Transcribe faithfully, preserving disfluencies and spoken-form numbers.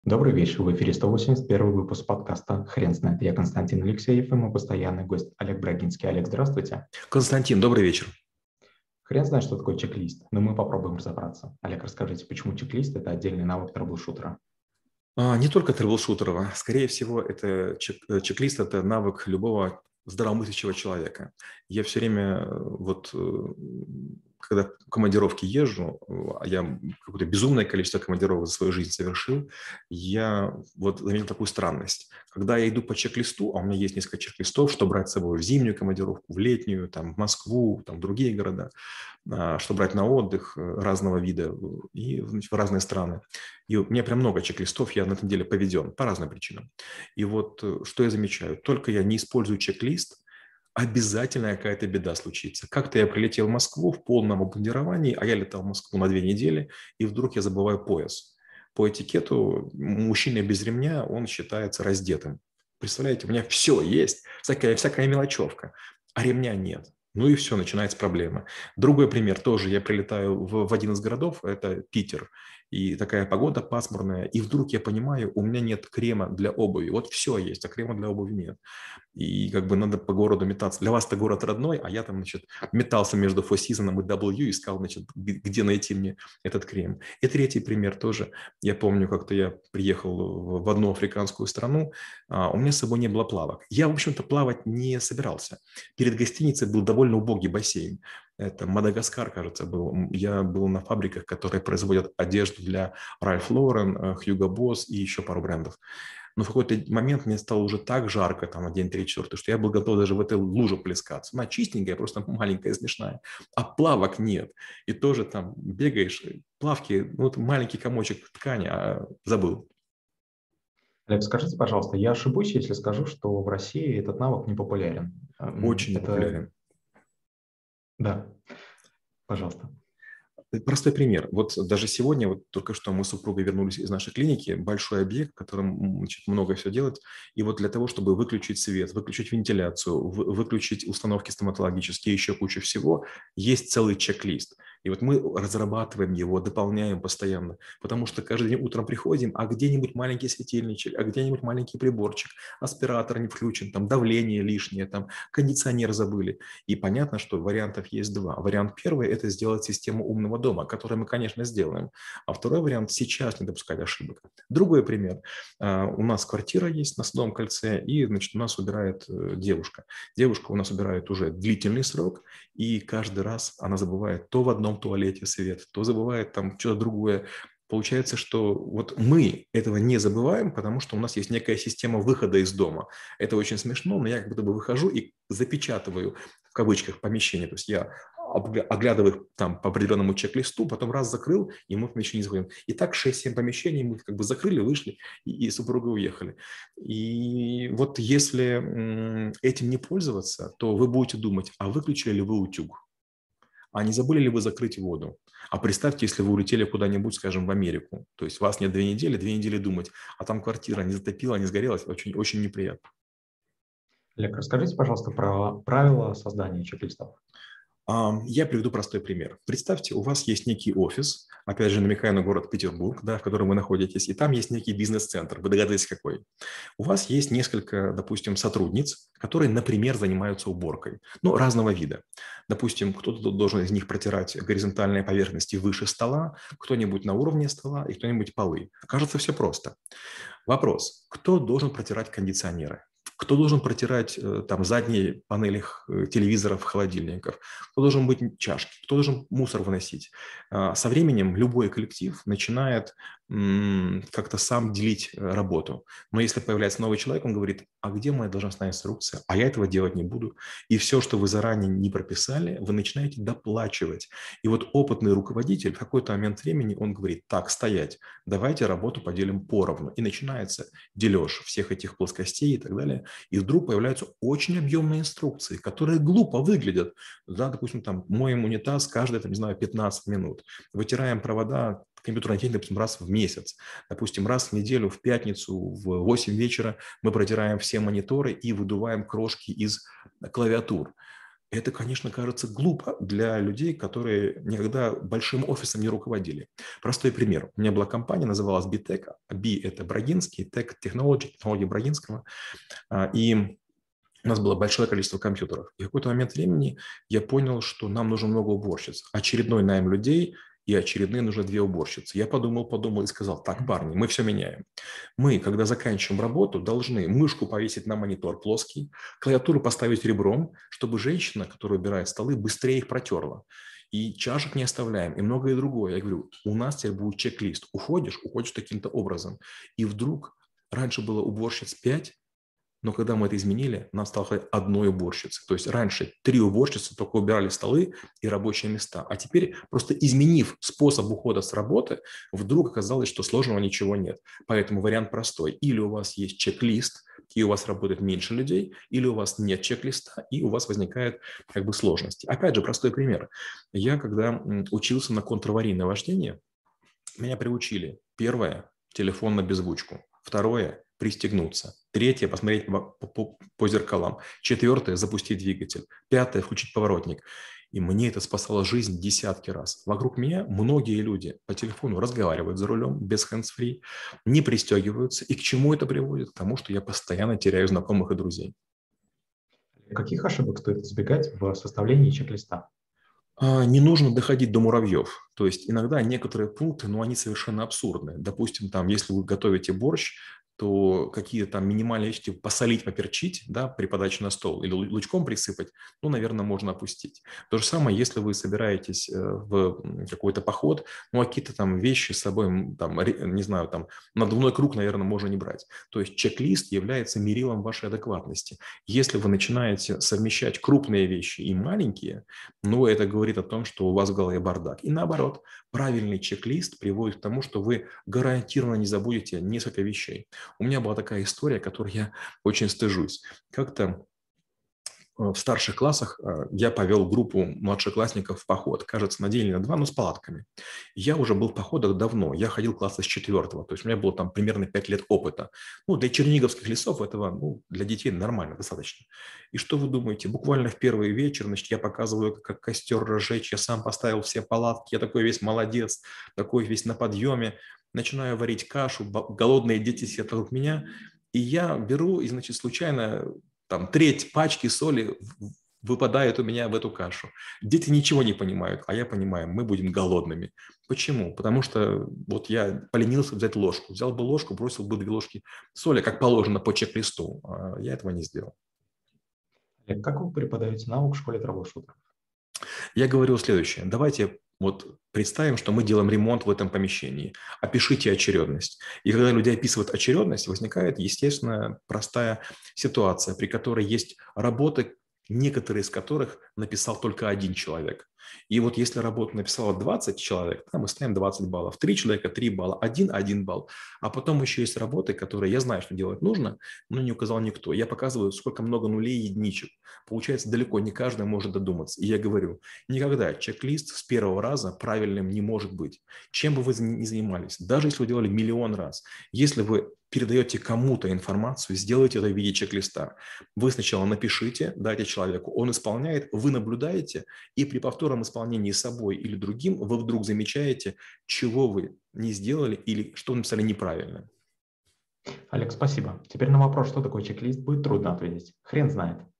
Добрый вечер. В эфире сто восемьдесят первый выпуск подкаста «Хрен знает». Я Константин Алексеев и мой постоянный гость Олег Брагинский. Олег, здравствуйте. Константин, добрый вечер. Хрен знает, что такое чек-лист, но мы попробуем разобраться. Олег, расскажите, почему чек-лист– это отдельный навык трэблшутера? А, не только трэблшутера. Скорее всего, это чек- э, чек-лист– это навык любого здравомыслящего человека. Я все время, э, вот, э, когда в командировки езжу, э, а я какое-то безумное количество командировок за свою жизнь совершил, я вот заметил такую странность. Когда я иду по чек-листу, а у меня есть несколько чек-листов, что брать с собой в зимнюю командировку, в летнюю, там, в Москву, там, в другие города, а, что брать на отдых э, разного вида э, и, значит, в разные страны. И у меня прям много чек-листов, я на этом деле поведен по разным причинам. И вот э, что я замечаю, только я не использую чек-лист, обязательно какая-то беда случится. Как-то я прилетел в Москву в полном обмундировании, а я летал в Москву на две недели, и вдруг я забываю пояс. По этикету мужчина без ремня, он считается раздетым. Представляете, у меня все есть, всякая, всякая мелочевка, а ремня нет. Ну и все, начинается проблема. Другой пример тоже. Я прилетаю в, в один из городов, это Питер, и такая погода пасмурная, и вдруг я понимаю, у меня нет крема для обуви. Вот все есть, а крема для обуви нет. И как бы надо по городу метаться. Для вас это город родной, а я там, значит, метался между Four Seasons и W, искал, значит, где найти мне этот крем. И третий пример тоже. Я помню, как-то я приехал в одну африканскую страну, а у меня с собой не было плавок. Я, в общем-то, плавать не собирался. Перед гостиницей был довольно убогий бассейн. Это Мадагаскар, кажется, был. Я был на фабриках, которые производят одежду для Ralph Lauren, Hugo Boss и еще пару брендов. Но в какой-то момент мне стало уже так жарко, там, на день три четыре, что я был готов даже в этой луже плескаться. Она чистенькая, просто маленькая, смешная. А плавок нет. И тоже там бегаешь, плавки, ну, вот маленький комочек ткани, а забыл. Олег, скажите, пожалуйста, я ошибусь, если скажу, что в России этот навык не популярен. Эм, Очень Это, непопулярен. да, пожалуйста. Простой пример. Вот даже сегодня, вот только что мы с супругой вернулись из нашей клиники, большой объект, в котором, значит, много все делать. И вот для того, чтобы выключить свет, выключить вентиляцию, вы- выключить установки стоматологические, еще куча всего, есть целый чек-лист. И вот мы разрабатываем его, дополняем постоянно, потому что каждый день утром приходим, а где-нибудь маленький светильничек, а где-нибудь маленький приборчик, аспиратор не включен, там давление лишнее, там кондиционер забыли. И понятно, что вариантов есть два. Вариант первый– это сделать систему умного дома, который мы, конечно, сделаем. А второй вариант– сейчас не допускать ошибок. Другой пример. У нас квартира есть на Садовом кольце, и, значит, у нас убирает девушка. Девушка у нас убирает уже длительный срок, и каждый раз она забывает то в одном туалете свет, то забывает там что-то другое. Получается, что вот мы этого не забываем, потому что у нас есть некая система выхода из дома. Это очень смешно, но я как будто бы выхожу и запечатываю в кавычках помещение. То есть я оглядываю их там по определенному чек-листу, потом раз закрыл, и мы в помещение заходим. И так шесть-семь помещений мы как бы закрыли, вышли, и, и супруга уехали. И вот если этим не пользоваться, то вы будете думать, а выключили ли вы утюг? А не забыли ли вы закрыть воду? А представьте, если вы улетели куда-нибудь, скажем, в Америку. То есть вас нет две недели, две недели думать, а там квартира не затопила, не сгорелась, очень, очень неприятно. Олег, расскажите, пожалуйста, про правила создания чек-листов. Я приведу простой пример. Представьте, у вас есть некий офис, опять же, намекая на город Петербург, да, в котором вы находитесь, и там есть некий бизнес-центр. Вы догадываетесь, какой? У вас есть несколько, допустим, сотрудниц, которые, например, занимаются уборкой, ну, разного вида. Допустим, кто-то должен из них протирать горизонтальные поверхности выше стола, кто-нибудь на уровне стола и кто-нибудь полы. Кажется, все просто. Вопрос. Кто должен протирать кондиционеры? Кто должен протирать э, там задние панели э, телевизоров, холодильников? Кто должен быть чашки? Кто должен мусор выносить? А, со временем любой коллектив начинает м, как-то сам делить э, работу. Но если появляется новый человек, он говорит, а где моя должностная инструкция? А я этого делать не буду. И все, что вы заранее не прописали, вы начинаете доплачивать. И вот опытный руководитель в какой-то момент времени, он говорит, так, стоять, давайте работу поделим поровну. И начинается дележ всех этих плоскостей и так далее. И вдруг появляются очень объемные инструкции, которые глупо выглядят. Да, допустим, там, моем унитаз каждые, там, не знаю, пятнадцать минут. Вытираем провода компьютерной техники, допустим, раз в месяц. Допустим, раз в неделю, в пятницу, в восемь вечера мы протираем все мониторы и выдуваем крошки из клавиатур. Это, конечно, кажется глупо для людей, которые никогда большим офисом не руководили. Простой пример. У меня была компания, называлась B-Tech. B – это Брагинский, Tech Technology, технологии Брагинского. И у нас было большое количество компьютеров. И в какой-то момент времени я понял, что нам нужно много уборщиц. Очередной найм людей и очередные нужно две уборщицы. Я подумал, подумал и сказал: так, парни, мы все меняем. Мы, когда заканчиваем работу, должны мышку повесить на монитор плоский, клавиатуру поставить ребром, чтобы женщина, которая убирает столы, быстрее их протерла. И чашек не оставляем, и многое другое. Я говорю, у нас теперь будет чек-лист. Уходишь, уходишь таким-то образом. И вдруг раньше было уборщиц пять, но когда мы это изменили, нам стало хватать одной уборщицы. То есть раньше три уборщицы только убирали столы и рабочие места. А теперь, просто изменив способ ухода с работы, вдруг оказалось, что сложного ничего нет. Поэтому вариант простой. Или у вас есть чек-лист, и у вас работает меньше людей, или у вас нет чек-листа, и у вас возникает как бы сложности. Опять же, простой пример. Я, когда учился на контраварийное вождение, меня приучили. Первое – телефон на беззвучку. Второе – пристегнуться. Третье – посмотреть по, по, по зеркалам. Четвертое – запустить двигатель. Пятое – включить поворотник. И мне это спасало жизнь десятки раз. Вокруг меня многие люди по телефону разговаривают за рулем без hands-free, не пристегиваются. И к чему это приводит? К тому, что я постоянно теряю знакомых и друзей. Каких ошибок стоит избегать в составлении чек-листа? Не нужно доходить до муравьев. То есть иногда некоторые пункты, ну, они совершенно абсурдны. Допустим, там, если вы готовите борщ, то какие-то там минимальные вещи, типа посолить, поперчить, да, при подаче на стол или лучком присыпать, ну, наверное, можно опустить. То же самое, если вы собираетесь в какой-то поход, ну, а какие-то там вещи с собой, там, не знаю, там, надувной круг, наверное, можно не брать. То есть чек-лист является мерилом вашей адекватности. Если вы начинаете совмещать крупные вещи и маленькие, ну, это говорит о том, что у вас в голове бардак. И наоборот, правильный чек-лист приводит к тому, что вы гарантированно не забудете несколько вещей. У меня была такая история, которой я очень стыжусь. Как-то в старших классах я повел группу младшеклассников в поход, кажется, на день или на два, но с палатками. Я уже был в походах давно, я ходил класса с четвертого, то есть у меня было там примерно пять лет опыта. Ну, для черниговских лесов этого, ну, для детей нормально, достаточно. И что вы думаете, буквально в первый вечер, значит, я показываю, как костер разжечь, я сам поставил все палатки, я такой весь молодец, такой весь на подъеме, начинаю варить кашу, голодные дети сидят вокруг меня, и я беру и, значит, случайно там треть пачки соли выпадает у меня в эту кашу. Дети ничего не понимают, а я понимаю, мы будем голодными. Почему? Потому что вот я поленился взять ложку. Взял бы ложку, бросил бы две ложки соли, как положено по чек-листу. А я этого не сделал. Как вы преподаете навык в школе трэблшутеров? Я говорил следующее. Давайте вот представим, что мы делаем ремонт в этом помещении. Опишите очередность. И когда люди описывают очередность, возникает, естественно, простая ситуация, при которой есть работы, некоторые из которых написал только один человек. И вот если работу написало двадцать человек, да, мы ставим двадцать баллов. три человека – три балла, один – один балл. А потом еще есть работы, которые я знаю, что делать нужно, но не указал никто. Я показываю, сколько много нулей и единичек. Получается, далеко не каждый может додуматься. И я говорю, никогда чек-лист с первого раза правильным не может быть. Чем бы вы ни занимались, даже если вы делали миллион раз, если вы передаете кому-то информацию, сделайте это в виде чек-листа. Вы сначала напишите, дайте человеку, он исполняет, вы наблюдаете, и при повторном исполнении собой или другим вы вдруг замечаете, чего вы не сделали или что вы написали неправильно. Олег, спасибо. Теперь на вопрос, что такое чек-лист, будет трудно ответить. Хрен знает.